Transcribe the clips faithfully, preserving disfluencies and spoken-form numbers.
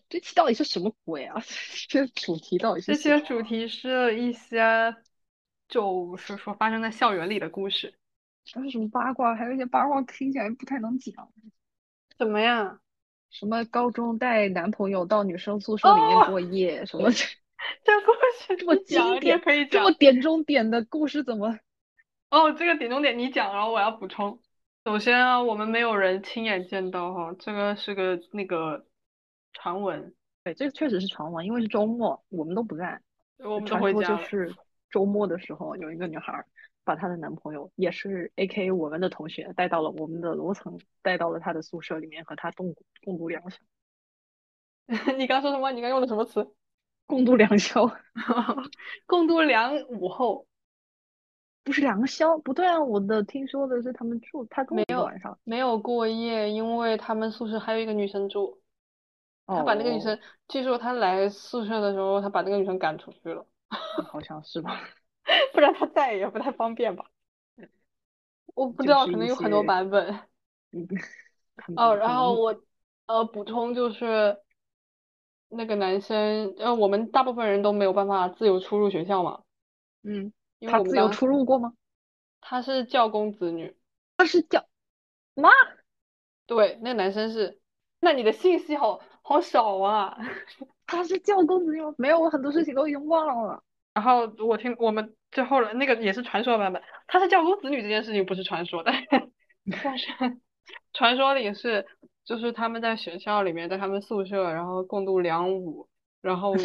这期到底是什么鬼啊？这主题到底是这些什么啊？ 主题是一些就是说发生在校园里的故事。 还有什么八卦？还有一些八卦听起来不太能讲。 怎么样？ 什么高中带男朋友到女生宿舍里面过哦， 夜，什么这故事这么你讲，这个经典、 可以讲。 这么点中点的故事，怎么？ 哦，这个点中点你讲，然后我要补充。首先啊，我们没有人亲眼见到哈，这个是个那个传闻， 对，这个确实是传闻，因为是周末，我们都不在。 我们都传说就回家了。 是周末的时候，有一个女孩把她的男朋友，也是 A K A 我们的同学，带到了我们的楼层，带到了她的宿舍里面，和她共共度良宵。 你刚说什么？你刚用的什么词？ 共度良宵。 共度良午后。 不是良宵，不对啊，我的听说的是他们住，他跟我没有一个晚上。 没有过夜，因为他们宿舍还有一个女生住，他把那个女哦， 生，据说他来宿舍的时候，他把那个女生赶出去了， 好像是吧。 不然他再也不太方便吧。我不知道， 就是可能有很多一些， 版本。 嗯，可哦， 能可能， 然后我呃补充就是那个男生，呃，我们大部分人都没有办法自由出入学校嘛， 嗯， 因为他自由我们当时出入过吗？ 他是教公子女。 他是叫妈， 对，那个男生是，那你的信息好好少啊。 他是叫公子吗？没有，我很多事情都已经忘了。 然后我听我们最后来那个也是传说版本，他是教公子女这件事情不是传说的，但是传说里是就是他们在学校里面，在他们宿舍，然后共度两午，然后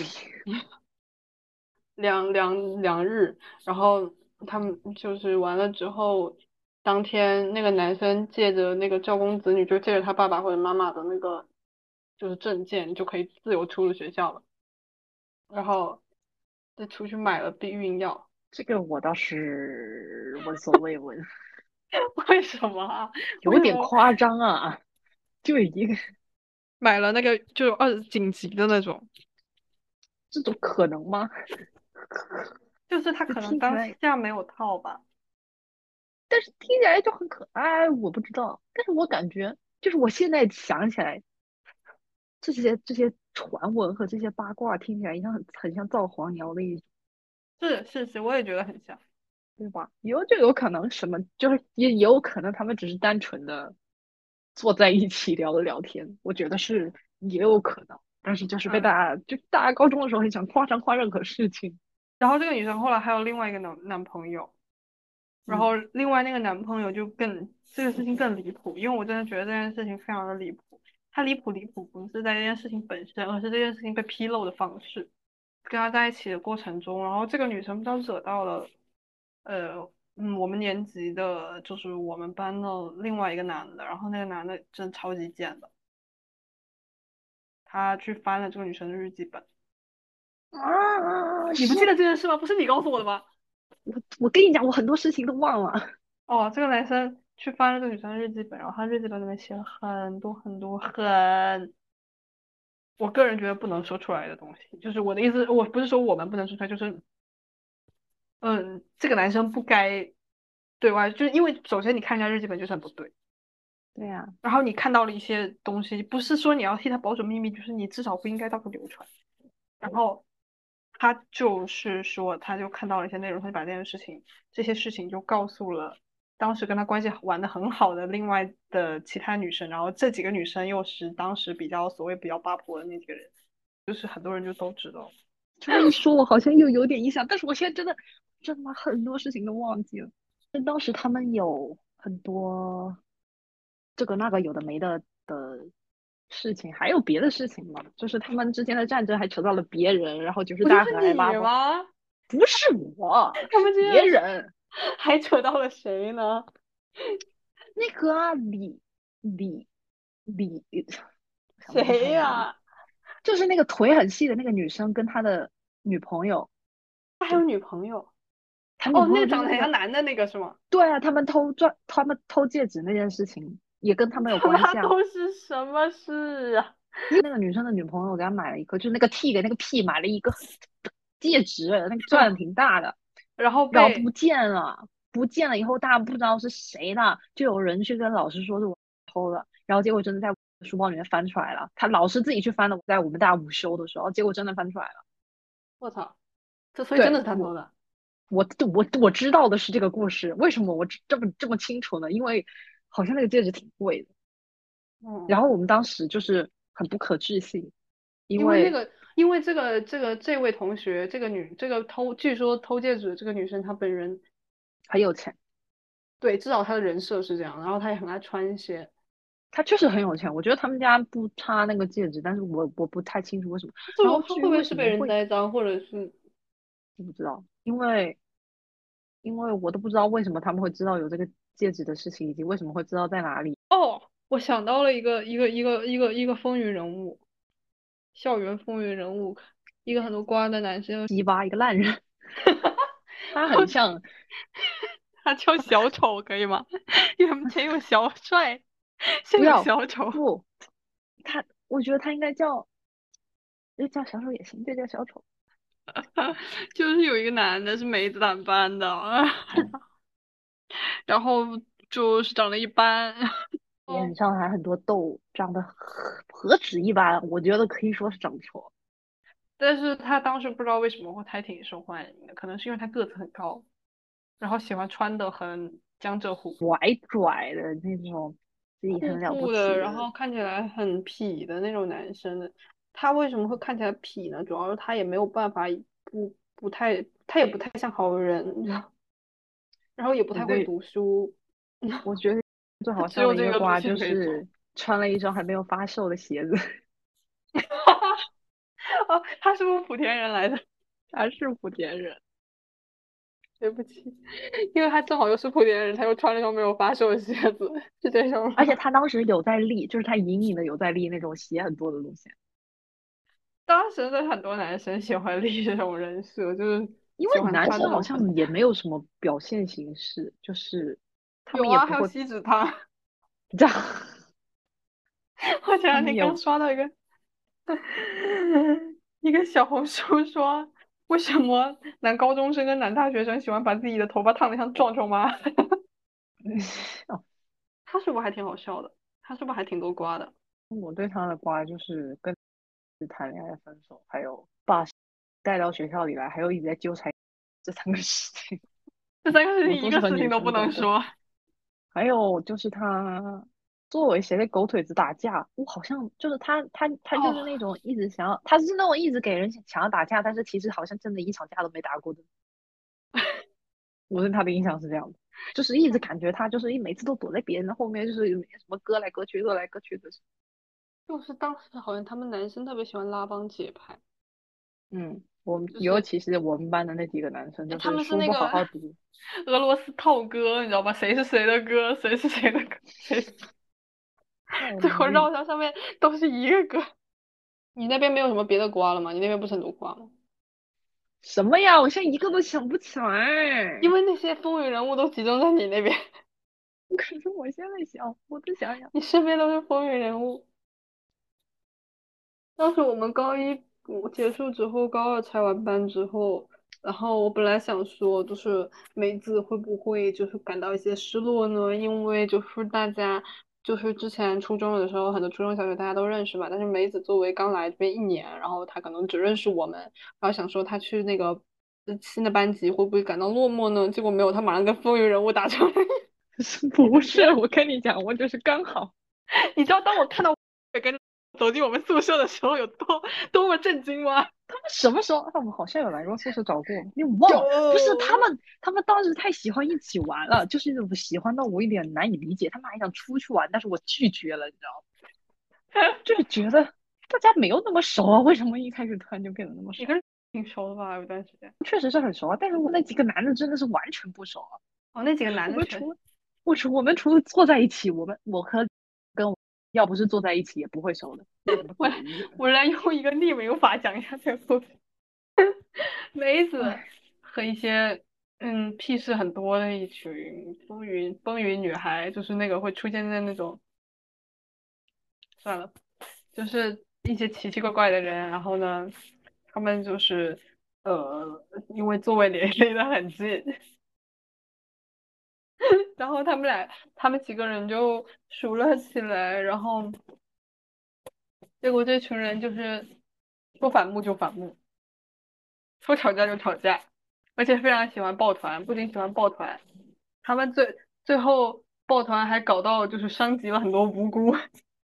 两两两日，然后他们就是完了之后，当天那个男生借着那个教公子女，就借着他爸爸或者妈妈的那个就是证件，就可以自由出入学校了，然后再出去买了避孕药。 这个我倒是闻所未闻， 为什么啊？为有什么点夸张啊！就一个买了那个就二紧急的那种？ 这种可能吗？ 就是他这可能当听起来， 下没有套吧。 但是听起来就很可爱，我不知道。但是我感觉，就是我现在想起来，这些这些传闻和这些八卦听起来像很很像造黄谣的一种， 是是是，我也觉得很像。 对吧？有就有可能什么，就是也也有可能他们只是单纯的坐在一起聊了聊天，我觉得是也有可能。但是就是被大嗯， 家就大家高中的时候很想夸张化任何事情。 然后这个女生后来还有另外一个男男朋友，然嗯， 后另外那个男朋友就更这个事情更离谱，因为我真的觉得这件事情非常的离谱。他离谱离谱不是在这件事情本身，而是这件事情被披露的方式。跟他在一起的过程中，然后这个女生不知道惹到了，呃，嗯，我们年级的，就是我们班的另外一个男的，然后那个男的真的超级贱的，他去翻了这个女生的日记本。 啊，是你不记得这件事吗？不是你告诉我的吗？ 我我跟你讲，我很多事情都忘了。 哦，这个男生去翻了这个女生的日记本，然后他日记本里面写了很多很多很，我个人觉得不能说出来的东西。就是我的意思，我不是说我们不能说出来，就是嗯，这个男生不该对外，就是因为首先你看人家日记本就是很不对。 对呀、 然后你看到了一些东西，不是说你要替他保守秘密，就是你至少不应该到处流传。然后他就是说，他就看到了一些内容，他就把这件事情、这些事情就告诉了当时跟他关系玩的很好的另外的其他女生，然后这几个女生又是当时比较所谓比较八婆的那几个人，就是很多人就都知道。 这么一说，我好像又有点印象，但是我现在真的真的把很多事情都忘记了。就当时他们有很多这个那个有的没的的事情，还有别的事情吗？就是他们之间的战争还扯到了别人，然后就是不就大家很爱是你八卦。 吗？ 不是我， 他是别们之间的人。 还扯到了谁呢？ 那个啊，李李李，我想不出他的名字， 谁呀、 就是那个腿很细的那个女生跟他的女朋友， 他还有女朋友？哦， 他女朋那个长得很像友就是那个。 男的那个是吗？ 对啊，他们偷钻，他们偷戒指那件事情也跟他们有他妈关系啊。 都是什么事啊？ 那个女生的女朋友给他买了一个，就是那个 T 给那个 P 买了一个戒指，那个钻挺大的， 然后然后不被见了，不见了以后大家不知道是谁的，就有人去跟老师说是我偷的，然后结果真的在书包里面翻出来了，他老师自己去翻的，在我们大家午休的时候，结果真的翻出来了。 我操，这所以真的是他偷对我， 的。 我我我知道的是这个故事，为什么我这么这么清楚呢？因为好像那个戒指挺贵的，然嗯， 后我们当时就是很不可置信，因为因为那个，因为这个这个这位同学，这个女这个偷，据说偷戒指的这个女生，她本人很有钱， 对，至少她的人设是这样，然后她也很爱穿一些。 他确实很有钱，我觉得他们家不差那个戒指，但是我我不太清楚为什么。 这然后种她会不会至于为是被人什么会， 栽赃，或者是我不知道，因为因为我都不知道为什么他们会知道有这个戒指的事情，以及为什么会知道在哪里。 哦，我想到了一个一个一个一个一个风云人物，校园风云人物，一个很多瓜的男生， 鸡巴一个烂人，他很像。 他叫小丑可以吗？因为前有小帅，现有不要小丑。 不他，我觉得他应该叫，就叫小丑也行，就叫小丑。 就是有一个男的是梅子胆班的， 嗯， 然后就是长得一般。哦， 脸上还很多痘，长得何何止一般，我觉得可以说是长得丑。 但是他当时不知道为什么会还挺受欢迎的，可能是因为他个子很高，然后喜欢穿的很江浙沪。 拽拽的那种，自己酷很了不酷的，然起的。 后看起来很痞的那种男生的。他为什么会看起来痞呢？主要是他也没有办法不不太，他也不太像好人，你知道，然后也不我对太会读书。 我觉得最他好笑的只有这个路一个瓜就线可以走。 是穿了一双还没有发售的鞋子。 哦，他是不是莆田人来的？ 他是莆田人。 对不起，因为他正好又是莆田人，他又穿了一双没有发售的鞋子，是这种而且吗？ 他当时有在立，就是他隐隐的有在立那种鞋很多的路线。 当时的很多男生喜欢立这种人设，就是因为喜欢穿那男生好种很像也没有什么表现形式，就是他有啊，还有们也不会锡纸烫。 这样。 我前他们也两天刚刷到一个一个小红书说，为什么男高中生跟男大学生喜欢把自己的头发烫得像壮壮妈？ 哦， 他是不是还挺好笑的？他是不是还挺多瓜的？ 我对他的瓜就是跟谈恋爱分手，还有把带到学校里来，还有一直在纠缠这三个事情。 这三个事情一我都是和女个事情都不生走过。 能说。 还有就是他作为谁的狗腿子打架，我好像就是他他他就哦， 是那种一直想要，他是那种一直给人想要打架，但是其实好像真的一场架都没打过的。我对他的印象是这样的，就是一直感觉他就是一每次都躲在别人的后面，就是什么割来割去，割来割去的。 就是当时好像他们男生特别喜欢拉帮结派， 嗯，我们就是尤其是我们班的那几个男生， 哎他就是书不好们是那个好读。 俄罗斯套哥，你知道吧？谁是谁的哥，谁是谁的哥，谁是套最后路绕到上面都是一个哥。你那边没有什么别的瓜了吗？你那边不是很多瓜吗？ 什么呀？我现在一个都想不起来。 因为那些风云人物都集中在你那边， 可是我现在想，我再想想。 你身边都是风云人物。当时我们高一我结束之后，高二拆完班之后，然后我本来想说，就是梅子会不会就是感到一些失落呢？因为就是大家就是之前初中的时候，很多初中小学大家都认识嘛，但是梅子作为刚来这边一年，然后她可能只认识我们，然后想说她去那个呃新的班级会不会感到落寞呢？结果没有，她马上跟风云人物打成了是一不是？ 片。 我跟你讲，我就是刚好。 你知道当我看到也跟着走进我们宿舍的时候有多多么震惊吗？ 他们什么时候？他们好像有来过宿舍找过，你忘了？不是他有， 们，他们当时太喜欢一起玩了，就是那种喜欢到我有点难以理解。他们还想出去玩，但是我拒绝了，你知道吗？就是觉得大家没有那么熟啊，为什么一开始突然就变得那么熟？ 你跟挺熟的吧？有段时间。 确实是很熟啊，但是我那几个男的真的是完全不熟啊。 哦，那几个男的确实。 我们除了我除我们除了坐在一起，我们我和跟我要不是坐在一起也不会熟的，有什么可我来理解的？ 我来用一个匿名法讲一下这个故事。梅子唉， 和一些嗯屁事很多的一群风云风云女孩，就是那个会出现在那种算了，就是一些奇奇怪怪的人，然后呢，他们就是呃因为座位离离得很近，然后他们俩他们几个人就熟了起来，然后结果这群人就是说反目就反目，说吵架就吵架，而且非常喜欢抱团，不仅喜欢抱团，他们最最后抱团还搞到就是伤及了很多无辜。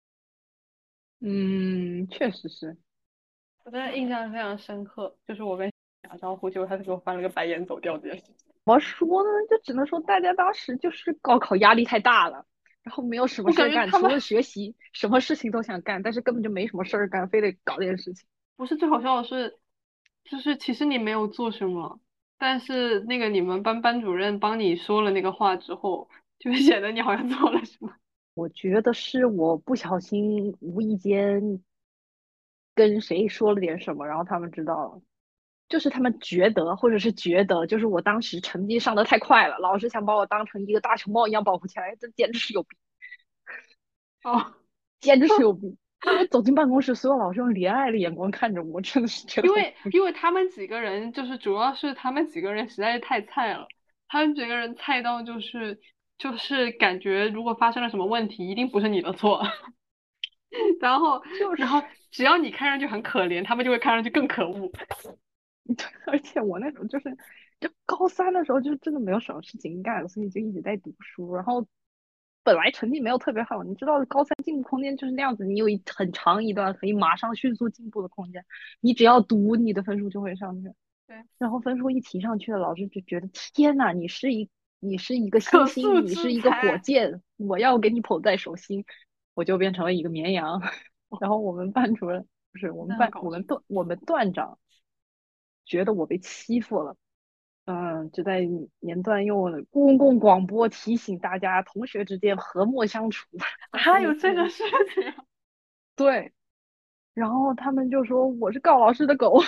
嗯，确实是。 我真的印象非常深刻，就是我跟打招呼，结果他就给我翻了个白眼走掉这件事情。 怎么说呢？就只能说大家当时就是高考压力太大了，然后没有什么我事儿干， 感觉他们除了学习，什么事情都想干，但是根本就没什么事儿干，非得搞这件事情。 不是最好笑的是，就是其实你没有做什么，但是那个你们班班主任帮你说了那个话之后，就会显得你好像做了什么。 我觉得是我不小心无意间跟谁说了点什么，然后他们知道了。就是他们觉得，或者是觉得，就是我当时成绩上的太快了，老师想把我当成一个大熊猫一样保护起来，这简直是有病， 哦， 简直是有病。我走进办公室，所有老师用怜爱的眼光看着我，真的是觉得因很为因为他们几个人就是主要是他们几个人实在是太菜了，他们几个人菜到就是就是感觉如果发生了什么问题，一定不是你的错。然后然后就是。 只要你看上去很可怜，他们就会看上去更可恶。 而且我那时候就是，就高三的时候就真的没有什么事情干，所以就一直在读书。然后本来成绩没有特别好，你知道高三进步空间就是那样子，你有一很长一段可以马上迅速进步的空间，你只要读，你的分数就会上去。 对， 然后分数一提上去了，老师就觉得天呐，你是一你是一个星可塑星，你是之一个火才。 箭，我要给你捧在手心，我就变成了一个绵羊。然后我们班主任不是我们班我真的很搞笑。 们段我们段长觉得我被欺负了。嗯，就在年段用公共广播提醒大家，同学之间和睦相处。然后还有我我这个事情。 对，然后他们就说我是告老师的狗。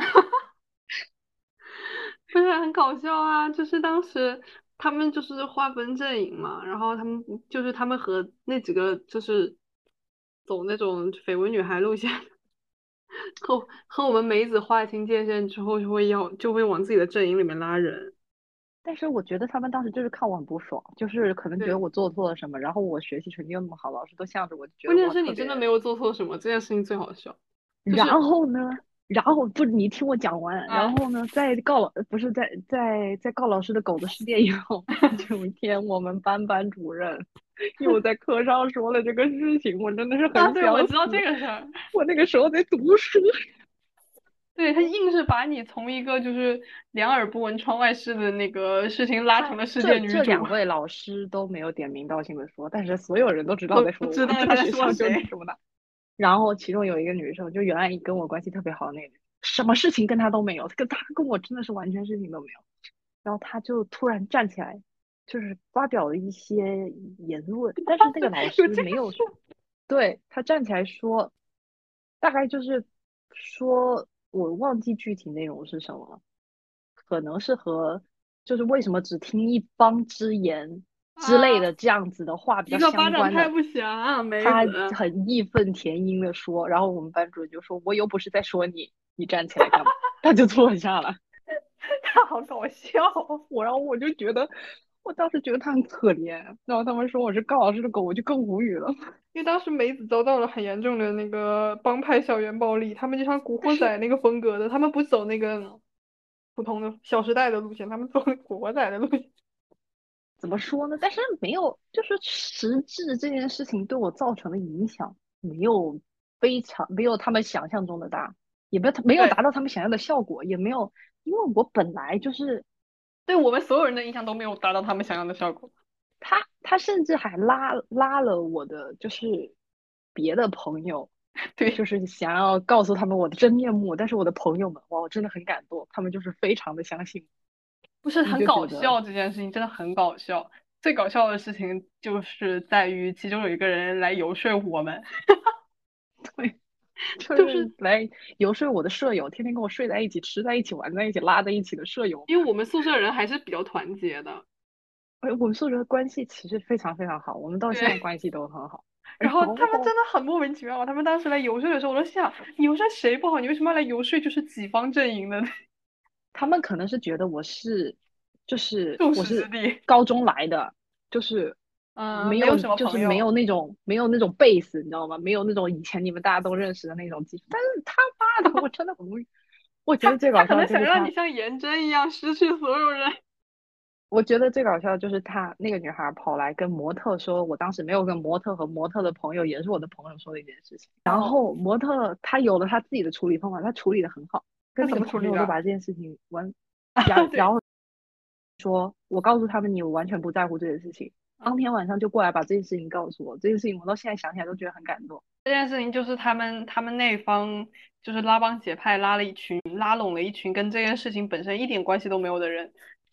不是很搞笑啊？就是当时他们就是划分阵营嘛，然后他们就是他们和那几个就是走那种绯闻女孩路线，和和我们梅子划清界限之后，就会要就会往自己的阵营里面拉人。 但是我觉得他们当时就是看我很不爽，就是可能觉得对， 我做错了什么，然后我学习成绩又那么好，老师都向着我，就觉得关键我特别。 是你真的没有做错什么，这件事情最好笑。就然是后呢，然后不，你听我讲完。然啊， 后呢，在告老不是在在在告老师的狗的事件以后，就有一天我们班班主任又在课上说了这个事情，我真的是啊， 很对，我知道这想死。 个事儿。 我那个时候在读书。 对，他硬是把你从一个就是两耳不闻窗外事的那个事情拉成他了事这件女主。 这两位老师都没有点名道姓的说，但是所有人都知道都在说我， 知道他在大学上就那说谁。 什么的。然后其中有一个女生，就原来跟我关系特别好的那个女生，什么事情跟她都没有，跟她跟我真的是完全事情都没有。然后她就突然站起来，就是发表了一些言论，但是那个老有这个师没有。 事。 对，他站起来说，大概就是说我忘记具体内容是什么了，可能是和就是为什么只听一方之言之类啊， 的这样子的话比较一个巴相关的。 掌拍不响啊，梅他子。 很义愤填膺的说，然后我们班主任就说：“我又不是在说你，你站起来干嘛？”他就坐下了。 他好搞笑。 我然后我就觉得，我当时觉得他很可怜。然后他们说我是高老师的狗，我就更无语了。 因为当时梅子遭到了很严重的那个帮派校园暴力，他们就像古但是惑仔那个风格的，他们不走那个普通的《小时代》的路线，他们走古惑仔的路线。 怎么说呢？但是没有，就是实质这件事情对我造成的影响没有非常没有他们想象中的大，也没有没有达对， 到他们想要的效果，也没有，因为我本来就是对我们所有人的印象都没有达到他们想要的效果。 他，他甚至还拉拉了我的就是别的朋友，就对， 是想要告诉他们我的真面目，但是我的朋友们，哇，我真的很感动，他们就是非常的相信。我不是很就觉得。 搞笑，这件事情真的很搞笑。最搞笑的事情就是在于其中有一个人来游说我们。 对，就就是是来游说我的舍友，天天跟我睡在一起、吃在一起、玩在一起、拉在一起的舍友们。 因为我们宿舍人还是比较团结的。 哎，我们宿舍的关系其实非常非常好，我们到现在对， 关系都很好。然然后他们后真的很莫名其妙。他们当时来游说的时候，我都想，你游说谁不好，你为什么要来游说就是己方阵营的？ 他们可能是觉得我是，就是众我是矢之的。 高中来的，就是嗯、 没有没有什么就是没有朋友。 那种没有那种 base，你知道吗？没有那种以前你们大家都认识的那种基础。但是他妈的，我真的很无语。我觉得最搞他可能笑的就是他， 想让你像颜真一样失去所有人。 我觉得最搞笑的就是他那个女孩跑来跟模特说，我当时没有跟模特和模特的朋友，也是我的朋友说的一件事情。然哦， 后模特他有了他自己的处理方法，他处理的很好，跟那那怎个朋友都么处理的？ 把这件事情完， 啊，对。 然然后说，我告诉他们你我完全不在乎这件事情，当天晚上就过来把这件事情告诉我，这件事情我到现在想起来都觉得很感动。 这件事情就是他们他们那方就是拉帮结派拉了一群拉拢了一群跟这件事情本身一点关系都没有的人，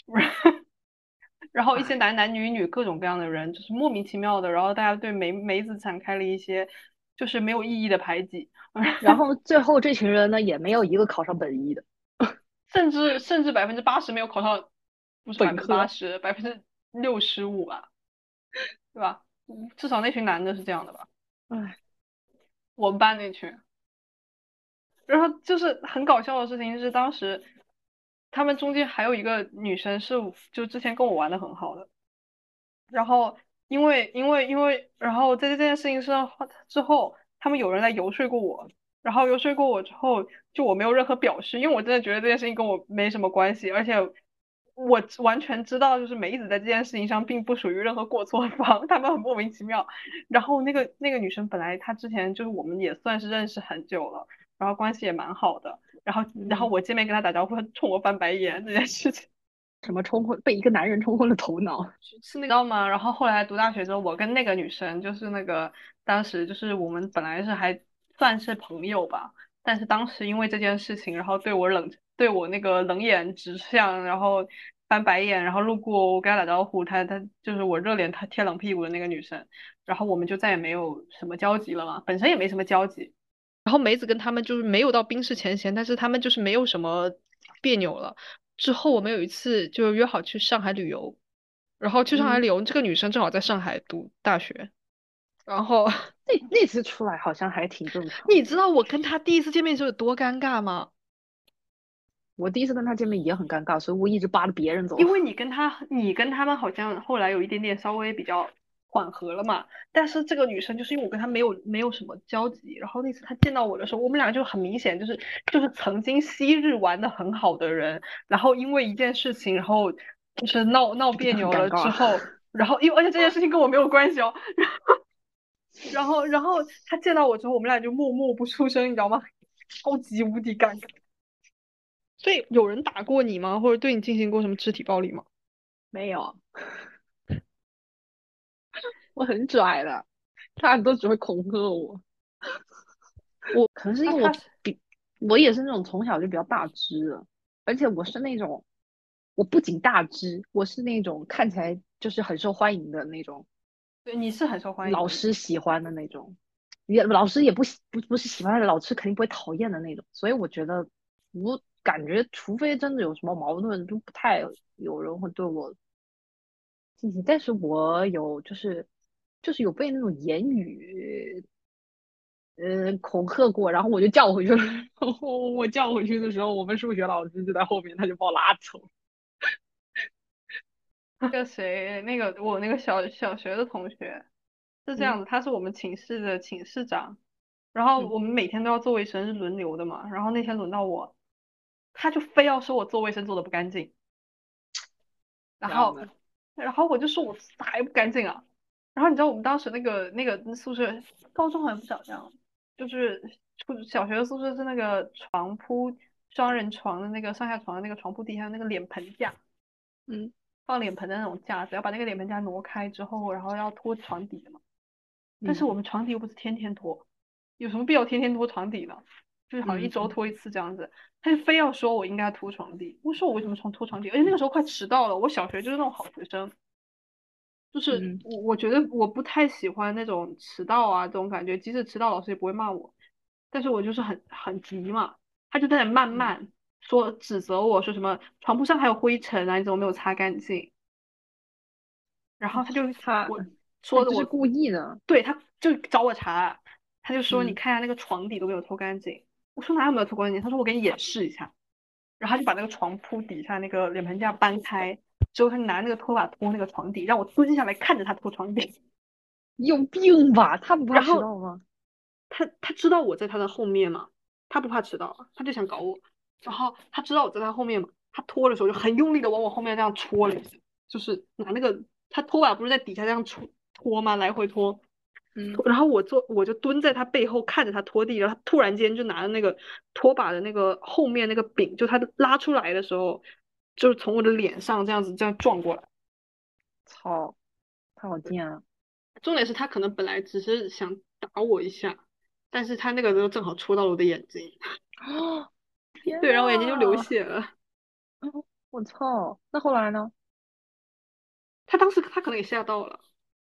然后一些唉， 男男女女各种各样的人，就是莫名其妙的，然后大家对梅梅子展开了一些就是没有意义的排挤。 然后最后这群人呢也没有一个考上本医的甚至甚至百分之八十没有考上，不是百分之八本科， 十，百分之六十五吧，对吧？嗯至少那群男的是这样的吧？ 唉， 我们班那群。然后就是很搞笑的事情是，当时他们中间还有一个女生是就之前跟我玩的很好的，然后因为因为因为然后在这件事情上之后，他们有人来游说过我，然后游说过我之后，就我没有任何表示，因为我真的觉得这件事情跟我没什么关系，而且我完全知道，就是梅子在这件事情上并不属于任何过错方，他们很莫名其妙。然后那个那个女生本来她之前就是我们也算是认识很久了，然后关系也蛮好的，然后然后嗯， 我见面跟她打招呼，她冲我翻白眼这件事情。 什么冲昏被一个男人冲昏了头脑， 是那个知道吗？然后后来读大学之后，我跟那个女生就是那个当时就是我们本来是还算是朋友吧，但是当时因为这件事情，然后对我冷对我那个冷眼直向，然后翻白眼，然后路过我跟她打招呼，她她就是我热脸她贴冷屁股的那个女生，然后我们就再也没有什么交集了嘛，本身也没什么交集。然后梅子跟他们就是没有到冰释前嫌，但是他们就是没有什么别扭了。之后我们有一次就约好去上海旅游，然后去上海嗯， 旅游，这个女生正好在上海读大学，然后那那次出来好像还挺正常的。 你知道我跟她第一次见面的时候有多尴尬吗？ 我第一次跟他见面也很尴尬，所以我一直扒着别人走。 因为你跟她，你跟他们好像后来有一点点稍微比较缓和了嘛，但是这个女生就是因为我跟她没有没有什么交集，然后那次她见到我的时候，我们两个就很明显就是就是曾经昔日玩的很好的人，然后因为一件事情，然后就是闹闹就变得很别扭了之尴尬。 后，然后因为而且这件事情跟我没有关系哦，然后然后她见到我之后，我们俩就默默不出声，你知道吗？超级无敌尴尬。所以有人打过你吗？或者对你进行过什么肢体暴力吗？ 没有，我很拽的，他都只会恐吓我。 我可能是因为我啊他是比我也是那种从小就比较大只的，而且我是那种我不仅大只，我是那种看起来就是很受欢迎的那种， 对你是很受欢迎老的。 师喜欢的那种，也老师也不喜不不是喜欢的，老师肯定不会讨厌的那种。所以我觉得，我感觉除非真的有什么矛盾，就不太有人会对我进行。但是我有就是就是有被那种言语呃恐吓过，然后我就叫回去了。然后我叫回去的时候，我们数学老师就在后面，他就把我拉走。 那个谁，那个我那个小小学的同学是这样嗯子，他是我们寝室的寝室长，然后嗯， 我们每天都要做卫生，是轮流的嘛。然后那天轮到我，他就非要说我做卫生做的不干净，然后然后呢， 然后我就说我还不干净啊。然后你知道我们当时那个那个宿舍，高中好像不长这样，就是初小学的宿舍是那个床铺双人床的那个上下床的那个床铺底下那个脸盆架。 嗯放脸盆的那种架子，要把那个脸盆架挪开之后，然后要拖床底的嘛。但是嗯我们床底又不是天天拖，有什么必要天天拖床底呢？就是好像一嗯嗯周拖一次这样子，他就非要说我应该拖床底。我说我为什么床拖床底？而且那个时候快迟到了，我小学就是那种好学生，就是嗯， 我我觉得我不太喜欢那种迟到啊这种感觉，即使迟到老师也不会骂我，但是我就是很很急嘛，他就在那慢嗯慢说指责我说什么床铺上还有灰尘啊，你怎么没有擦干净？然哦， 后他就他我他说的我， 不是故意的。 对，他就找我茬，他就说你嗯。 看一下那个床底都没有拖干净。我说哪有没有拖干净？他说我给你演示一下，然后他就把那个床铺底下那个脸盆架搬开， 之后他拿那个拖把拖那个床底，让我蹲下来看着他拖床底。 你有病吧？他不怕然后迟到吗？ 他他知道我在他的后面嘛，他不怕迟到啊，他就想搞我。然后他知道我在他后面嘛，他拖的时候就很用力的往我后面这样戳了一下，就是拿那个他拖把不是在底下这样戳拖吗？来回拖。 嗯， 拖然后我坐我就蹲在他背后看着他拖地，然后他突然间就拿着那个拖把的那个后面那个柄，就他拉出来的时候，就是从我的脸上这样子这样撞过来。 操，他好贱啊！ 重点是他可能本来只是想打我一下，但是他那个时候正好戳到了我的眼睛。 啊，天对，然后我眼睛就流呐， 血了。 嗯我操！那后来呢？ 他当时他可能也吓到了。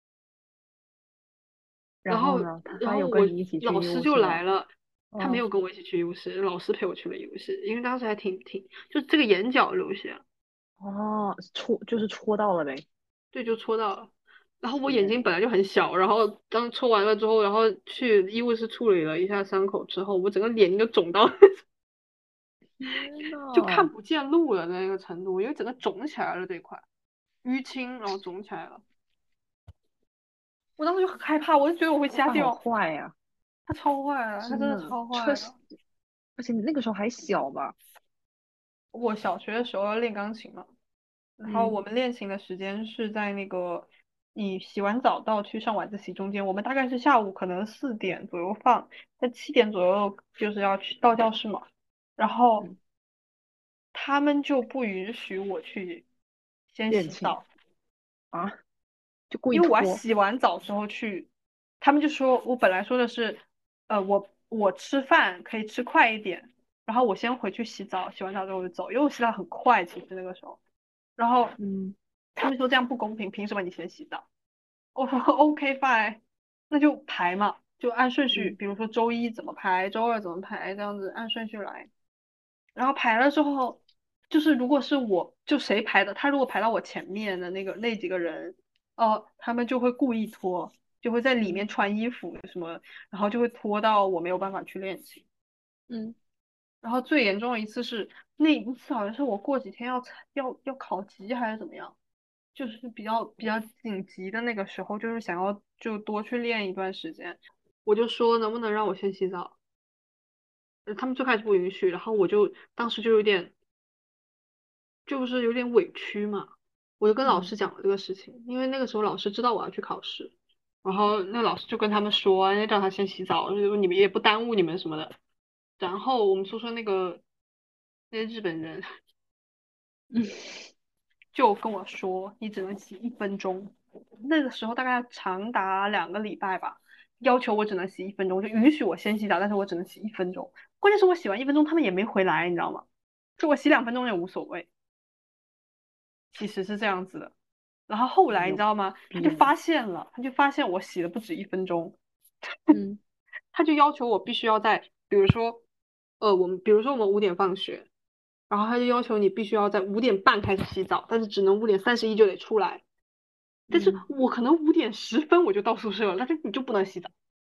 然后然后呢？他他有然后我跟你一起去医老师就务室吗？ 来了，他没嗯， 有跟我一起去医务室，老师陪我去了医务室，因为当时还挺挺，就这个眼角流血了。 哦，戳就是戳到了呗。 对，就戳到了。然后我眼睛天， 本来就很小，然后当戳完了之后，然后去医务室处理了一下伤口之后，我整个脸就肿到天就看呐， 不见路了的那个程度，因为整个肿起来了这一块，淤青，然后肿起来了。我当时就很害怕，我就觉得我会瞎他好掉。 坏呀、 他超坏了，他真的真的， 超坏的。 确实，而且你那个时候还小吧？ 我小学的时候要练钢琴嘛，然后嗯我们练琴的时间是在那个你洗完澡到去上晚自习中间，我们大概是下午可能四点左右放，在七点左右就是要去到教室嘛，然后嗯， 他们就不允许我去先恋情洗澡， 啊，就故意因为我要拖。 洗完澡之后去，他们就说我本来说的是，呃，我我吃饭可以吃快一点，然后我先回去洗澡，洗完澡之后我就走，因为我洗澡很快，其实那个时候。然后嗯他们说这样不公平，凭什么你先洗澡？我说 OK fine，那就排嘛，就按顺序， 嗯比如说周一怎么排，周二怎么排，这样子按顺序来。然后排了之后，就是如果是我就谁排的，他如果排到我前面的那个那几个人，哦，他们就会故意拖，就会在里嗯面穿衣服什么，然后就会拖到我没有办法去练琴。 嗯然后最严重的一次是那一次好像是我过几天要参要要考级还是怎么样，就是比较比较紧急的那个时候，就是想要就多去练一段时间，我就说能不能让我先洗澡，呃他们最开始不允许，然后我就当时就有点就是有点委屈嘛，我就跟老嗯师讲了这个事情，因为那个时候老师知道我要去考试，然后那老师就跟他们说，让他先洗澡，就是你们也不耽误你们什么的。然后我们宿舍那个那些日本人嗯， 就跟我说，你只能洗一分钟。那个时候大概长达两个礼拜吧，要求我只能洗一分钟，就允许我先洗澡，但是我只能洗一分钟。关键是我洗完一分钟，他们也没回来，你知道吗？就我洗两分钟也无所谓，其实是这样子的。然后后来你知有道吗？他就病。 发现了，他就发现我洗了不止一分钟， 嗯他就要求我必须要在，比如说，呃，我们比如说我们五点放学，然后他就要求你必须要在五点半开始洗澡，但是只能五点三十一就得出来。但是嗯， 我可能五点十分我就到宿舍了，但是你就不能洗澡，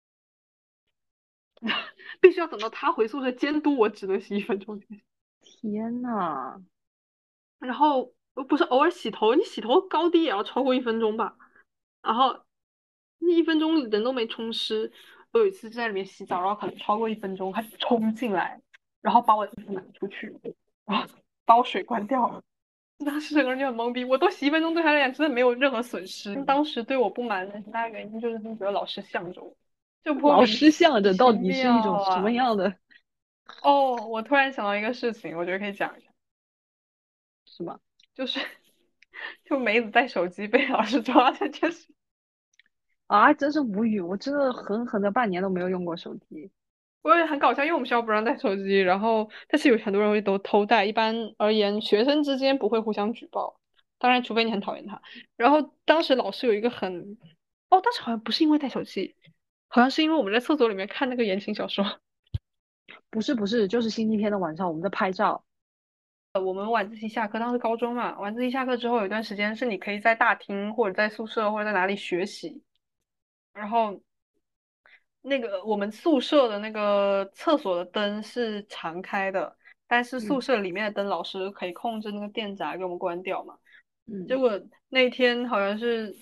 必须要等到他回宿舍监督我，只能洗一分钟。 天呐， 然后呃不是偶尔洗头，你洗头高低也要超过一分钟吧？然后那一分钟人都没冲湿，我有一次在里面洗澡，然后可能超过一分钟，他冲进来，然后把我的衣服拿出去，然后把我水关掉了。当时整个人就很懵逼，我都洗一分钟，对他来讲真的没有任何损失。当时对我不满的很大原因就是他们觉得老师向着我，就莫老名师向着其到底是一妙种什么啊！ 样的， 哦，我突然想到一个事情，我觉得可以讲一下， 是吧？ 就是就梅子带手机被老师抓这件事。 啊，真是无语！我真的狠狠的半年都没有用过手机。 我也很搞笑，因为我们学校不让带手机，然后但是有很多人会都偷带。一般而言，学生之间不会互相举报，当然除非你很讨厌他。然后当时老师有一个很，哦，当时好像不是因为带手机，好像是因为我们在厕所里面看那个言情小说。 不是不是，就是星期天的晚上我们在拍照。 呃我们晚自习下课，当时高中嘛，晚自习下课之后有一段时间是你可以在大厅或者在宿舍或者在哪里学习，然后那个我们宿舍的那个厕所的灯是常开的，但是宿嗯舍里面的灯老师可以控制那个电闸给我们关掉嘛。 嗯， 结果那天好像是，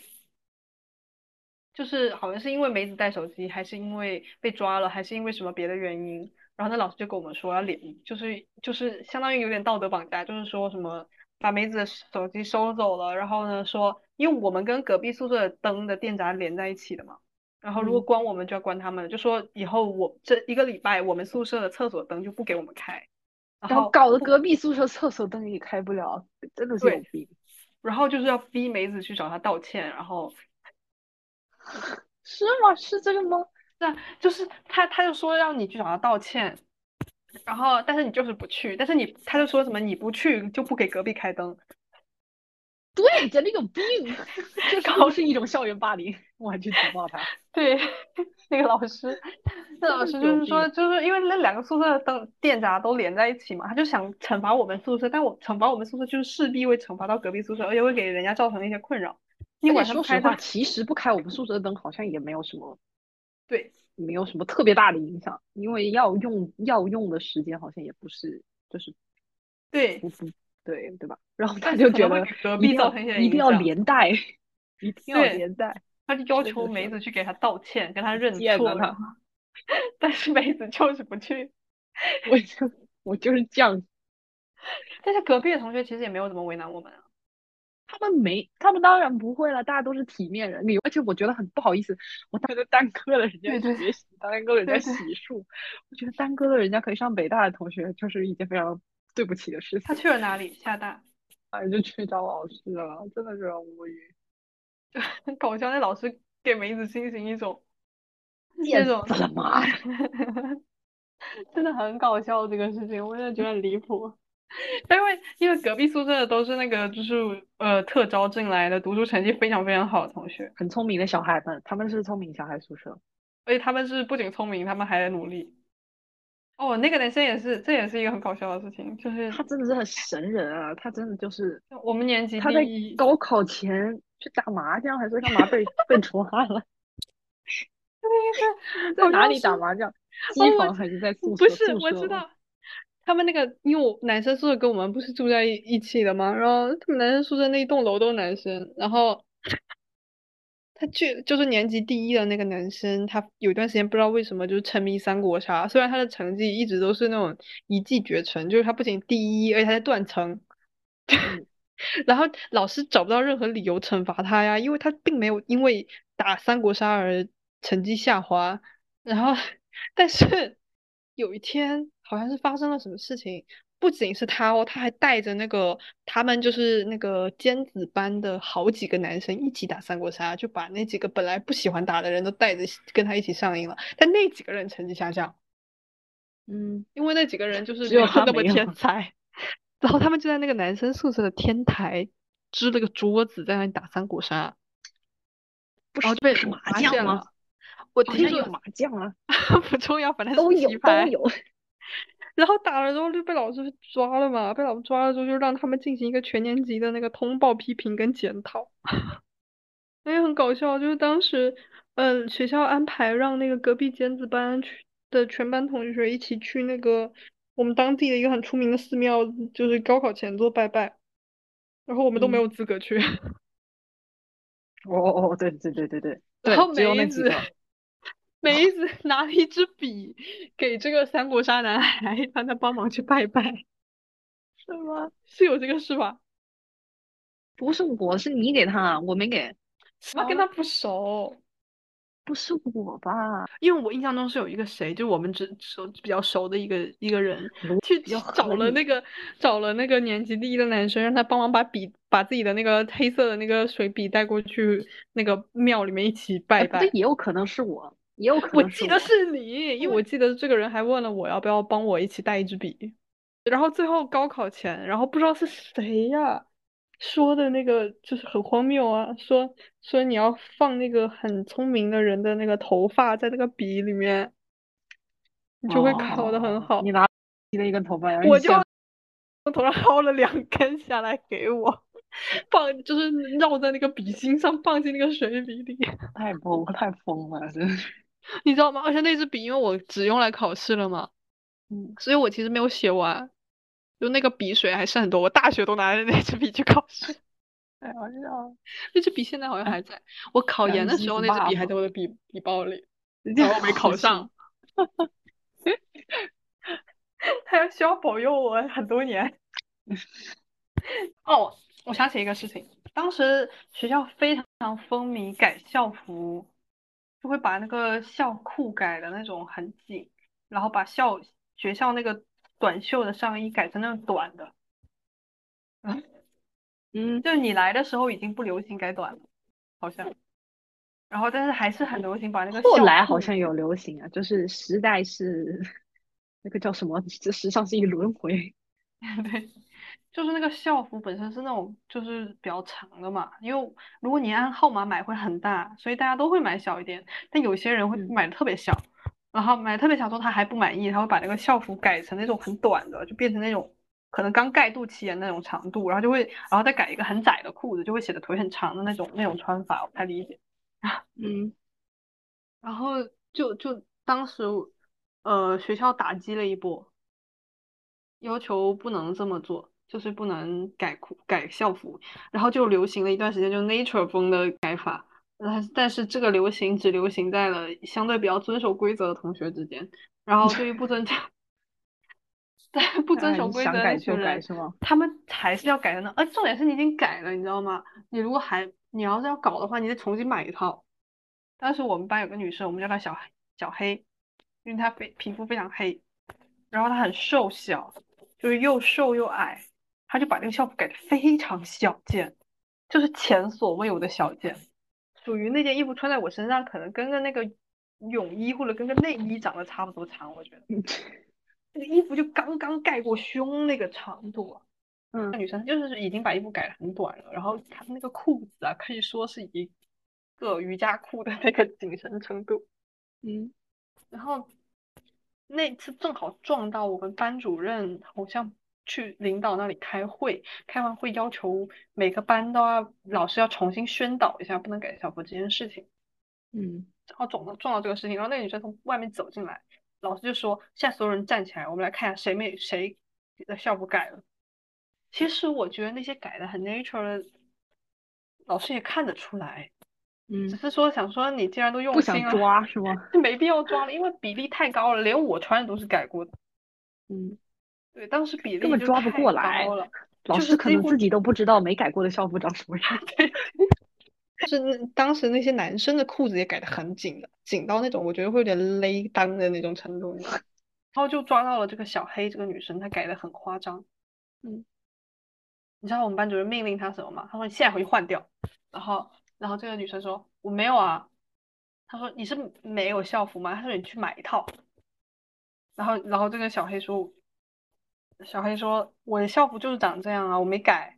就是好像是因为梅子带手机，还是因为被抓了，还是因为什么别的原因，然后那老师就跟我们说要连，就是就是相当于有点道德绑架，就是说什么把梅子的手机收走了，然后呢说，因为我们跟隔壁宿舍的灯的电闸连在一起的嘛，然后如果嗯， 关我们就要关他们，就说以后我这一个礼拜我们宿舍的厕所灯就不给我们开，然然后后不搞得隔壁宿舍厕所灯也开不了，真的是有对， 病。 然后就是要逼梅子去找他道歉，然后是吗？是这个吗？ 那就是他他就说让你去找他道歉，然后但是你就是不去，但是你他就说什么你不去就不给隔壁开灯， 对，真的有病，这是又搞是一种校园霸凌，我还去举报他， 对那个老师，那真的老师就是说是有病。 就是因为那两个宿舍的灯电闸都连在一起嘛，他就想惩罚我们宿舍，但我惩罚我们宿舍就是势必会惩罚到隔壁宿舍，而且会给人家造成一些困扰。你而且晚上不开灯， 说实话，其实不开我们宿舍的灯好像也没有什么， 对没有什么特别大的影响，因为要用要用的时间好像也不是，就是对， 不不对对吧？然后他但是可能会就觉得给隔一定要壁造成一些一定要影响。 连带，一定要对， 连带， 他就要求梅真的是子去给他道歉，跟他认错，然后， 贱啊他！ 但是梅子就是不去。 我就我就是这样。 但是隔壁的同学其实也没有怎么为难我们啊。 他们没，他们当然不会了，大家都是体面人。你而且我觉得很不好意思，我当时耽搁了人家对对学习，耽搁了人家对对， 洗漱，我觉得耽搁了人家可以上北大的同学，就是一件非常对不起的事他情。 去了哪里？厦大， 哎，就去找老师了，真的是很无语， 很搞笑。那老师给梅子进行一种那贱种， 死了妈的！ 真的很搞笑这个事情，我真的觉得很离谱。因为因为隔壁宿舍的都是那个就是呃特招进来的，读书成绩非常非常好的同学， 很聪明的小孩们，他们是聪明小孩宿舍， 而且他们是不仅聪明，他们还在努力。哦，那个男生也是，这也是一个很搞笑的事情，就是他真的是很神人啊！他真的就是我们年级他在第一， 高考前去打麻将还是干嘛被被抓了？ 对对， 他们在哪里好像是打麻将？ 哦， 机我房还是在宿舍？ 不是宿舍吗？ 我知道，他们那个因为我男生宿舍跟我们不是住在一一起的嘛，然后他们男生宿舍那一栋楼都是男生，然后他去就是年级第一的那个男生，他有一段时间不知道为什么就是沉迷三国杀，虽然他的成绩一直都是那种一骑绝尘，就是他不仅第一，而且他在断层。 嗯， 然后老师找不到任何理由惩罚他呀，因为他并没有因为打三国杀而成绩下滑。然后，但是有一天好像是发生了什么事情，不仅是他哦，他还带着那个他们就是那个尖子班的好几个男生一起打三国杀，就把那几个本来不喜欢打的人都带着跟他一起上瘾了。但那几个人成绩下降， 嗯， 因为那几个人就是只有没有那么他没有， 天才。然后他们就在那个男生宿舍的天台支了个桌子，在那里打三国杀， 不然后就被是是麻发将吗？ 现了。我听说好像有麻将啊， 不重要，反正是都棋牌。 有都有。 然后打了之后就被老师抓了嘛，被老师抓了之后就让他们进行一个全年级的那个通报批评跟检讨。因为很搞笑，就是当时，嗯，学校安排让那个隔壁尖子班去的全班同学一起去那个我们当地的一个很出名的寺庙，就是高考前做拜拜，然后我们都没嗯， 有资格去。 哦哦哦，对对对对对对， 然后只有梅子那几个。 梅子拿了一支笔给这个三国杀男孩，让他帮忙去拜拜， 是吗？ 是有这个事吧？ 不是我，是你给他，我没给。 什么跟他不熟？ 不是我吧？ 因为我印象中是有一个谁，就我们只熟比较熟的一个一个人， 逻辑去比较找合理。 了那个找了那个年级第一的男生，让他帮忙把笔把自己的那个黑色的那个水笔带过去那个庙里面一起哎，不对， 拜拜。 也有可能是我，也有可我能是我。 记得是你，因为我记得这个人还问了我要不要帮我一起带一支笔。然后最后高考前，然后不知道是谁呀说的那个就是很荒谬啊，说说你要放那个很聪明的人的那个头发在那个笔里面，你就会考得很哦，你好。 拿起了一根头发，然后你我就现从头上薅了两根下来给我，放就是绕在那个笔芯上，放进那个水笔里， 太疯太疯了，真是。 你知道吗？而且那支笔因为我只用来考试了嘛， 嗯， 所以我其实没有写完，就那个笔水还是很多。我大学都拿着那支笔去考试。 太好笑了， 那支笔现在好像哎， 还在。我考研的时然后一直候那支笔还在骂嘛， 我的笔笔包里， 这样然后我没好笑。 考上。他要需要保佑我很多年。哦，我想起一个事情，当时学校非常风靡改校服，就会把那个校裤改的那种很紧，然后把校学校那个短袖的上衣改成那种短的。 嗯， 就是你来的时候已经不流行改短了，好像，然后但是还是很流行把那个后校裤。 来好像有流行啊，就是时代是那个叫什么，这时尚是一轮回。 对，就是那个校服本身是那种就是比较长的嘛，因为如果你按号码买会很大，所以大家都会买小一点。但有些人会嗯买的特别小，然后买得特别小之后他还不满意，他会把那个校服改成那种很短的，就变成那种可能刚盖肚脐眼那种长度，然后就会然后再改一个很窄的裤子，就会显得腿很长的那种那种穿法，我不太理解。 嗯然后就就当时呃学校打击了一波，要求不能这么做，就是不能改裤改校服，然后就流行了一段时间，就 nature 风的改法。但但是这个流行只流行在了相对比较遵守规则的同学之间，然后对于不遵不遵哎， 守规则的那你想改就改群人， 是吗？ 他们还是要改的呢。而重点是你已经改了，你知道吗？你如果还你要是要搞的话，你得重新买一套。当时我们班有个女生，我们叫她小黑小黑，因为她非皮肤非常黑，然后她很瘦小，就是又瘦又矮，她就把这个校服改的非常小件，就是前所未有的小件，属于那件衣服穿在我身上，可能跟个那个泳衣或者跟个内衣长得差不多长，我觉得那个衣服就刚刚盖过胸那个长度啊。 嗯那女生就是已经把衣服改的很短了，然后她那个裤子啊，可以说是一个瑜伽裤的那个紧身程度。 嗯然后那次正好撞到我们班主任，好像去领导那里开会，开完会要求每个班都要老师要重新宣导一下不能改校服这件事情。 嗯正好撞到撞到这个事情，然后那个女生从外面走进来，老师就说：“现在所有人站起来，我们来看一下谁没谁的校服改了。”其实我觉得那些改的很 nature 的，老师也看得出来，只嗯， 是说想说你既然都不想用心了， 抓是吗？ 就没必要抓了，因为比例太高了，连我穿的都是改过的。 嗯， 对，当时比例根本抓不就太过来， 高了， 老师可就是几乎能自己都不知道没改过的校服长什么样。 对，就是那当时那些男生的裤子也改得很紧的，紧到那种我觉得会有点勒裆的那种程度，你知道吗？然后就抓到了这个小黑这个女生，她改得很夸张。 嗯你知道我们班主任命令她什么吗？他说你现在回去换掉。然后，然后这个女生说我没有啊。她说你是没有校服吗？她说你去买一套。然后，然后这个小黑说，小黑说我的校服就是长这样啊，我没改。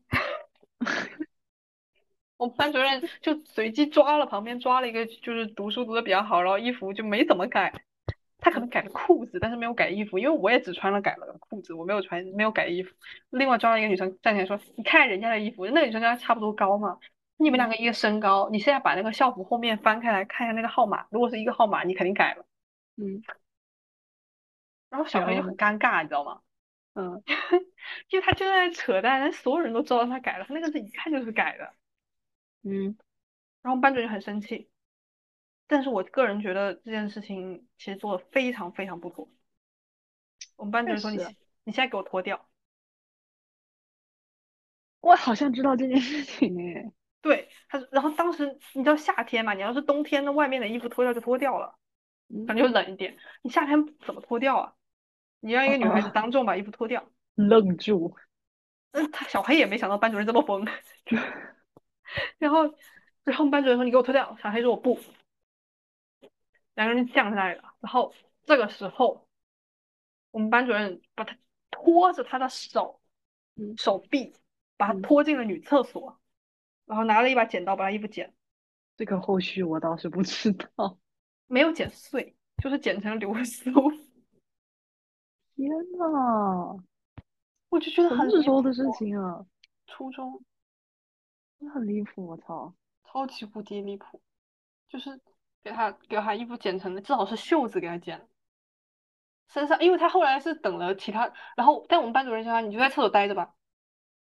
我们班主任就随机抓了旁边抓了一个就是读书读的比较好，然后衣服就没怎么改。他可能改了裤子，但是没有改衣服，因为我也只穿了改了裤子，我没有穿没有改衣服。另外抓了一个女生站起来说：“你看人家的衣服，那个女生跟她差不多高嘛，你们两嗯， 个一个身高，你现在把那个校服后面翻开来看一下那个号码，如果是一个号码，你肯定改了。” 嗯， 然后小黑就很然后呢？ 尴尬，你知道吗？ 嗯因为他就在扯淡，但所有人都知道他改了，他那个是一看就是改的。 嗯， 然后班主任就很生气，但是我个人觉得这件事情其实做的非常非常不妥。我们班主任说：“你确实， 你现在给我脱掉。” 我好像知道这件事情诶。 对，他说，然后当时你知道夏天嘛，你要是冬天，那外面的衣服脱掉就脱掉了， 嗯， 可能就冷一点。你夏天怎么脱掉啊？你让一个女孩子哦哦， 当众把衣服脱掉， 愣住。 嗯，他小黑也没想到班主任这么疯。然后，然后班主任说你给我脱掉，小黑说我不，两个人就降下来了。然后这个时候，我们班主任把他拖着他的手嗯手臂，把他嗯， 拖进了女厕所，然后拿了一把剪刀把他衣服剪， 这个后续我倒是不知道。 没有剪碎，就是剪成流苏。 天呐， 我就觉得什么很离谱。 时候的事情啊？ 初中真的很离谱，我操！ 超级无敌离谱，就是给他给他衣服剪成的，至少是袖子给他剪，身上，因为他后来是等了其他，然后但我们班主任叫他，你就在厕所待着吧，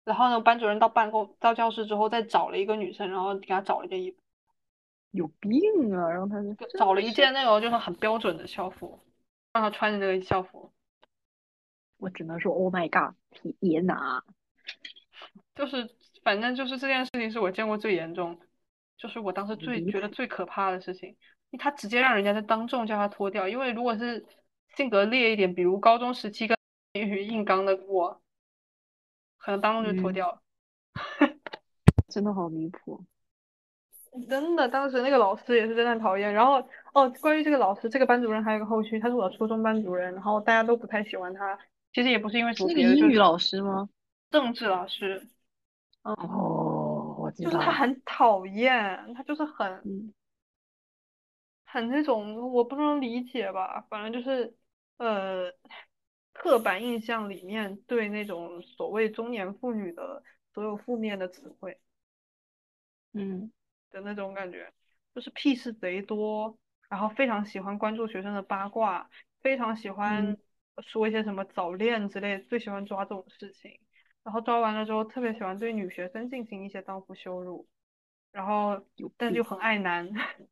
然后呢，班主任到办公到教室之后，再找了一个女生，然后给她找了一件衣服， 有病啊！然后他是真找了一的是， 件那种就是很标准的校服，让她穿着这个校服。 我只能说，Oh my god，天哪， 就是反正就是这件事情是我见过最严重的，就是我当时最觉得离谱。 最可怕的事情，他直接让人家在当众叫他脱掉，因为如果是性格烈一点，比如高中时期跟硬刚的我，可能当众就脱嗯， 掉了。 真的好离谱。 真的，当时那个老师也是真的很讨厌。然后哦，关于这个老师，这个班主任还有一个后续，他是我的初中班主任，然后大家都不太喜欢他。其实也不是因为什是那个么别的，就是英语老师吗？ 政治老师， 哦，我知就是他道。 很讨厌，他就是很嗯很那种我不能理解吧，反正就是呃，刻板印象里面对那种所谓中年妇女的所有负面的词汇嗯的那种感觉，就是屁事贼多，然后非常喜欢关注学生的八卦，非常喜欢嗯， 说一些什么早恋之类，最喜欢抓这种事情，然后抓完了之后特别喜欢对女学生进行一些荡妇羞辱，然后有病。 但是又很爱男。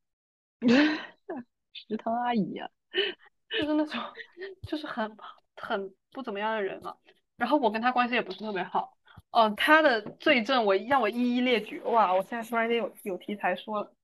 食堂阿姨啊。 就是那种就是很很不怎么样的人嘛。然后我跟他关系也不是特别好。哦、他的罪证我让我一一列举。哇，我现在突然间有有题材说了。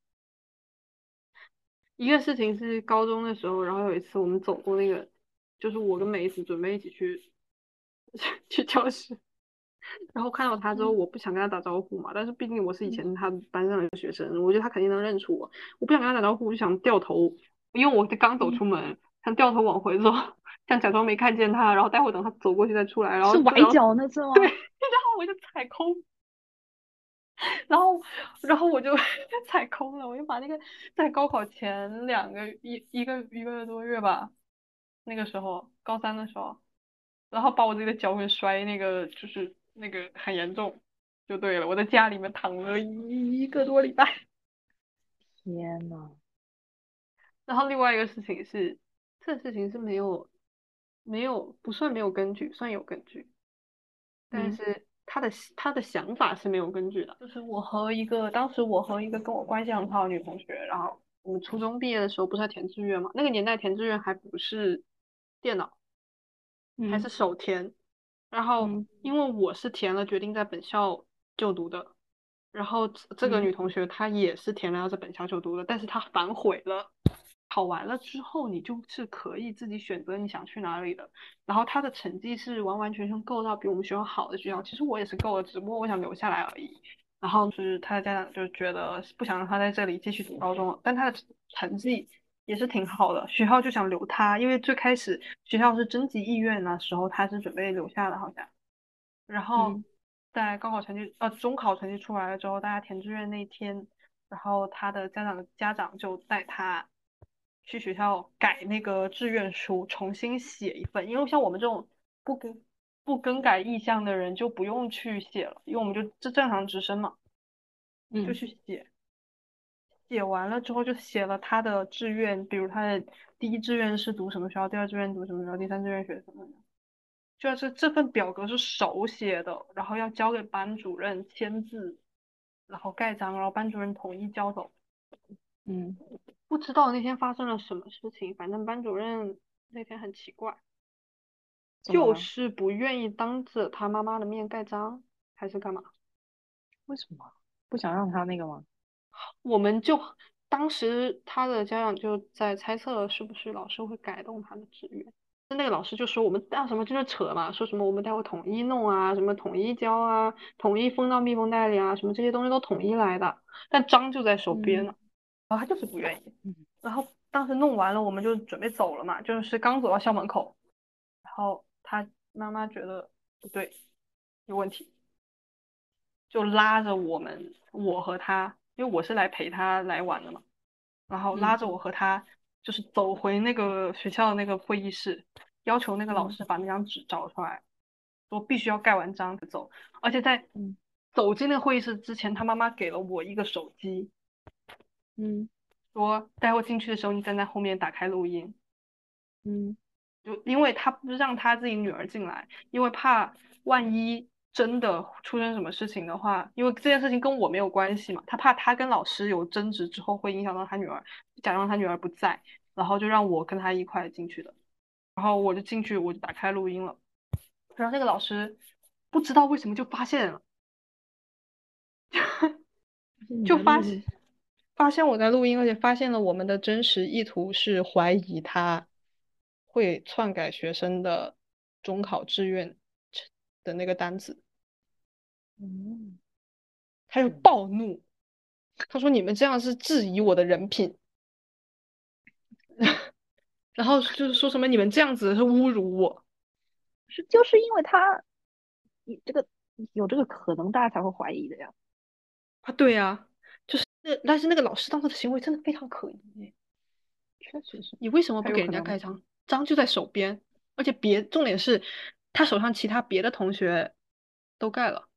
一个事情是高中的时候，然后有一次我们走过那个，就是我跟梅子准备一起去去教室，然后看到他之后， 嗯我不想跟他打招呼嘛，但是毕竟我是以前他班上的学生，我觉得他肯定能认出我，我不想跟他打招呼，我就想掉头，因为我刚走嗯， 出门，想掉头往回走，想假装没看见他，然后待会等他走过去再出来，然后是然后崴脚那次对， 吗？ 然后我就踩空，然后然后我就踩空了，我就把那个在高考前两个一一个一个多月吧，那个时候高三的时候。然后把我自己的脚给摔那个就是那个很严重，就对了。我在家里面躺了一一个多礼拜。 天呐。 然后另外一个事情是，这个事情是没有没有不算没有根据，算有根据，但嗯是他的他的想法是没有根据的。就是我和一个当时我和一个跟我关系很好的女同学，然后我们初中毕业的时候不是要填志愿嘛？那个年代填志愿还不是电脑，还嗯是手填。然后嗯因为我是填了决定在本校就读的，然后这这个嗯女同学她也是填了要在本校就读的，但是她反悔了。考完了之后，你就是可以自己选择你想去哪里的。然后她的成绩是完完全全够到比我们学校好的学校，其实我也是够了，只不过我想留下来而已。然后是他的家长就觉得不想让他在这里继续读高中了，但他的成绩也是挺好的，学校就想留他，因为最开始学校是征集意愿的时候，他是准备留下的，好像。然后嗯在高考成绩呃中考成绩出来了之后，大家填志愿那一天，然后他的家长家长就带他去学校改那个志愿书，重新写一份，因为像我们这种不更不更改意向的人就不用去写了，因为我们就这正常直升嘛，就嗯去写。写完了之后就写了他的志愿，比如他的第一志愿是读什么学校，第二志愿读什么学校，第三志愿学什么的。就是这份表格是手写的，然后要交给班主任签字，然后盖章，然后班主任统一交走。 嗯， 不知道那天发生了什么事情，反正班主任那天很奇怪，就怎么了？ 是不愿意当着他妈妈的面盖章，还是干嘛？ 为什么不想让他那个吗？ 我们就当时他的家长就在猜测是不是老师会改动他的志愿。那个老师就说我们干什么就是扯嘛，说什么我们待会统一弄啊，什么统一交啊，统一封到密封袋里啊，什么这些东西都统一来的，但章就在手边嗯呢，然后他就是不愿意。 嗯然后当时弄完了，我们就准备走了嘛，就是刚走到校门口，然后他妈妈觉得不对，有问题，就拉着我们，我和他，因为我是来陪他来玩的嘛，然后拉嗯着我和他就是走回那个学校的那个会议室，要求那个老嗯师把那张纸找出来，说必须要盖完章才走。而且在嗯走进那个会议室之前，他妈妈给了我一个手机， 嗯说待会进去的时候你站在后面打开录音。 嗯就因为他不让他自己女儿进来，因为怕万一真的出生什么事情的话，因为这件事情跟我没有关系嘛，他怕他跟老师有争执之后会影响到他女儿，假装他女儿不在，然后就让我跟他一块进去的。然后我就进去，我就打开录音了，然后那个老师不知道为什么就发现了， 你就发现在录， 发现我在录音，而且发现了我们的真实意图是怀疑他会篡改学生的中考志愿的那个单子， 嗯， 他就天， 暴怒，他说你们这样是质疑我的人品，然后就是说什么你们这样子是侮辱我是就是因为他，你这个有这个可能，大家才会怀疑的呀。 啊，对呀、就是那但是那个老师当时的行为真的非常可疑， 确实是， 你为什么不给人他有可能， 家盖章？章就在手边，而且别重点是他手上其他别的同学都盖了，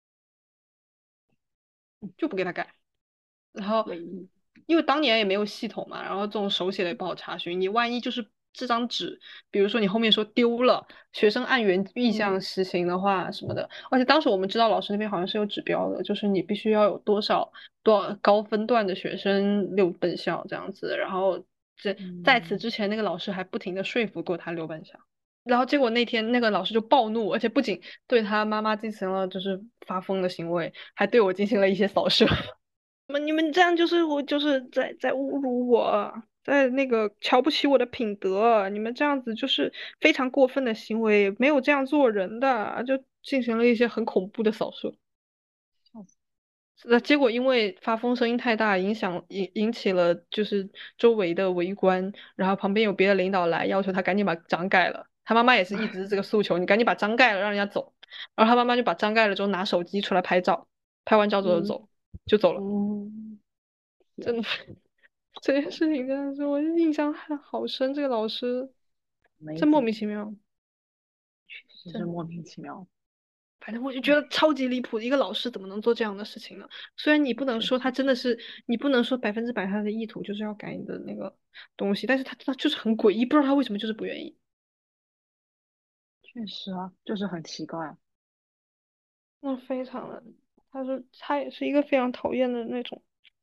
嗯， 就不给他盖。然后诡异。 因为当年也没有系统嘛，然后这种手写的也不好查询，你万一就是这张纸，比如说你后面说丢了，学生按原意向嗯实行的话什么的，而且当时我们知道老师那边好像是有指标的，就是你必须要有多少多少高分段的学生留本校这样子，然后这在此嗯， 之前那个老师还不停的说服过他留本校。然后结果那天那个老师就暴怒，而且不仅对他妈妈进行了就是发疯的行为，还对我进行了一些扫射。么你们这样就是我就是在在侮辱我，在那个瞧不起我的品德，你们这样子就是非常过分的行为，没有这样做人的，就进行了一些很恐怖的扫射。 笑死。 那结果因为发疯声音太大，影响引引起了就是周围的围观，然后旁边有别的领导来要求他赶紧把章盖了。他妈妈也是一直这个诉求，你赶紧把章盖了，让人家走。然后他妈妈就把章盖了之后拿手机出来拍照，拍完照之后就嗯走，就走了。 嗯，天， 真的，这件事情真的是我印象还好深。这个老师真莫名其 amazing， 妙， 只是真， 莫名其妙。 反正我就觉哎， 得超级离谱。一个老师怎么能做这样的事情呢？虽然你不能说他确实真的是，你不能说百分之百他的意图就是要改你的那个东西，但是他他就是很诡异，不知道他为什么就是不愿意。 确实啊，就是很奇怪。 那非常的，他是他也是一个非常讨厌的那种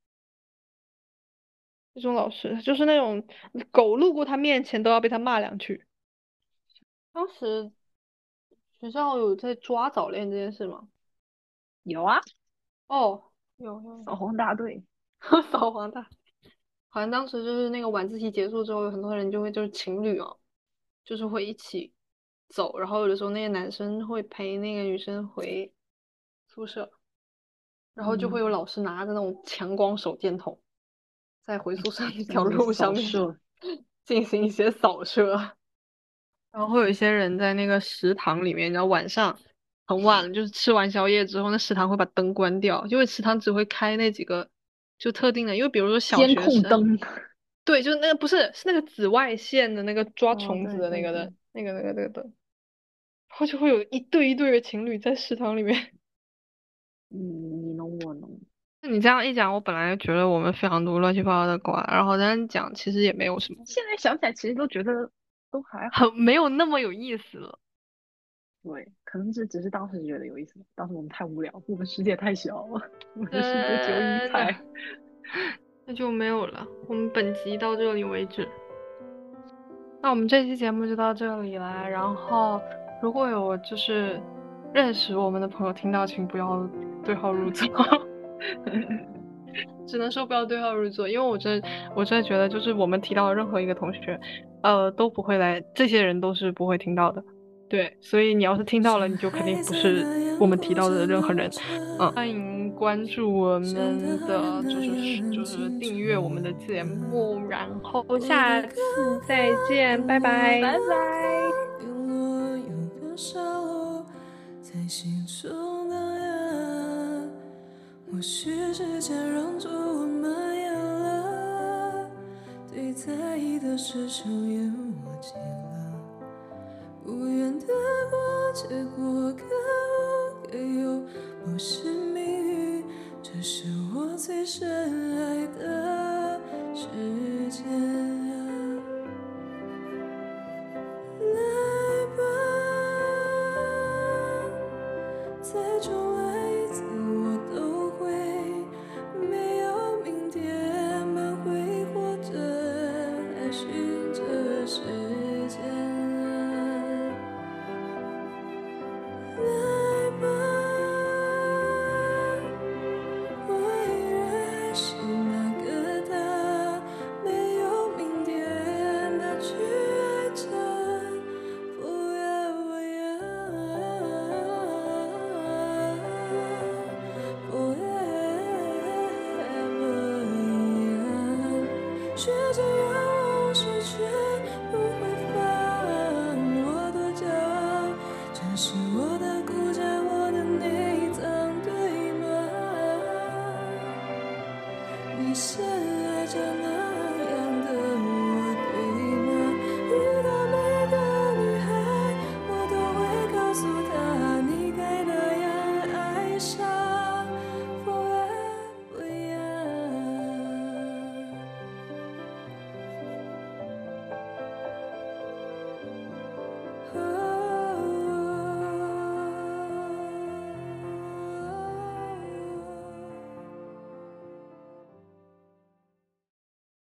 那种老师，就是那种狗路过他面前都要被他骂两句。当时学校有在抓早恋这件事吗？ 有啊， 哦，有有。 扫黄大队。 扫黄大好像当时就是那个晚自习结束之后，有很多人就会就是情侣哦，就是会一起走，然后有的时候那些男生会陪那个女生回宿舍，然后就会有嗯， 老师拿着那种强光手电筒，在回宿舍那条在那里路上面扫射。 进行一些扫射。然后会有一些人在那个食堂里面，然后晚上很晚了，就是吃完宵夜之后，那食堂会把灯关掉，因为食堂只会开那几个就特定的，因为比如说小监学生， 控灯。 对，就是那个不是是那个紫外线的那个抓哦， 虫子对的那个的对对。 那个那个那个灯，然后就会有一对一对的情侣在食堂里面。 嗯，你侬我侬。 那你这样一讲，我本来就觉得我们非常多乱七八糟的瓜，然后这样讲其实也没有什么， 现在想起来，其实都觉得都还好。 很没有那么有意思了。 对，可能是只是当时觉得有意思，当时我们太无聊，我们世界太小了，我们的世界只有一真的。 彩。 那就没有了。我们本集到这里为止。那我们这期节目就到这里啦。然后，如果有就是认识我们的朋友听到，请不要对号入座。只能说不要对号入座，因为我真我真的觉得，就是我们提到的任何一个同学，呃，都不会来，这些人都是不会听到的。对，所以你要是听到了，你就肯定不是我们提到的任何人。嗯，欢迎关注我们的，就是就是订阅我们的节目，然后下次再见，拜拜。 拜拜。 在心中荡漾，或许时间让出我蔓延了，对在意的事抽烟忘记了，不愿得过且过，可无可有，不是命运，这是我最深爱的时间啊。来吧，在关系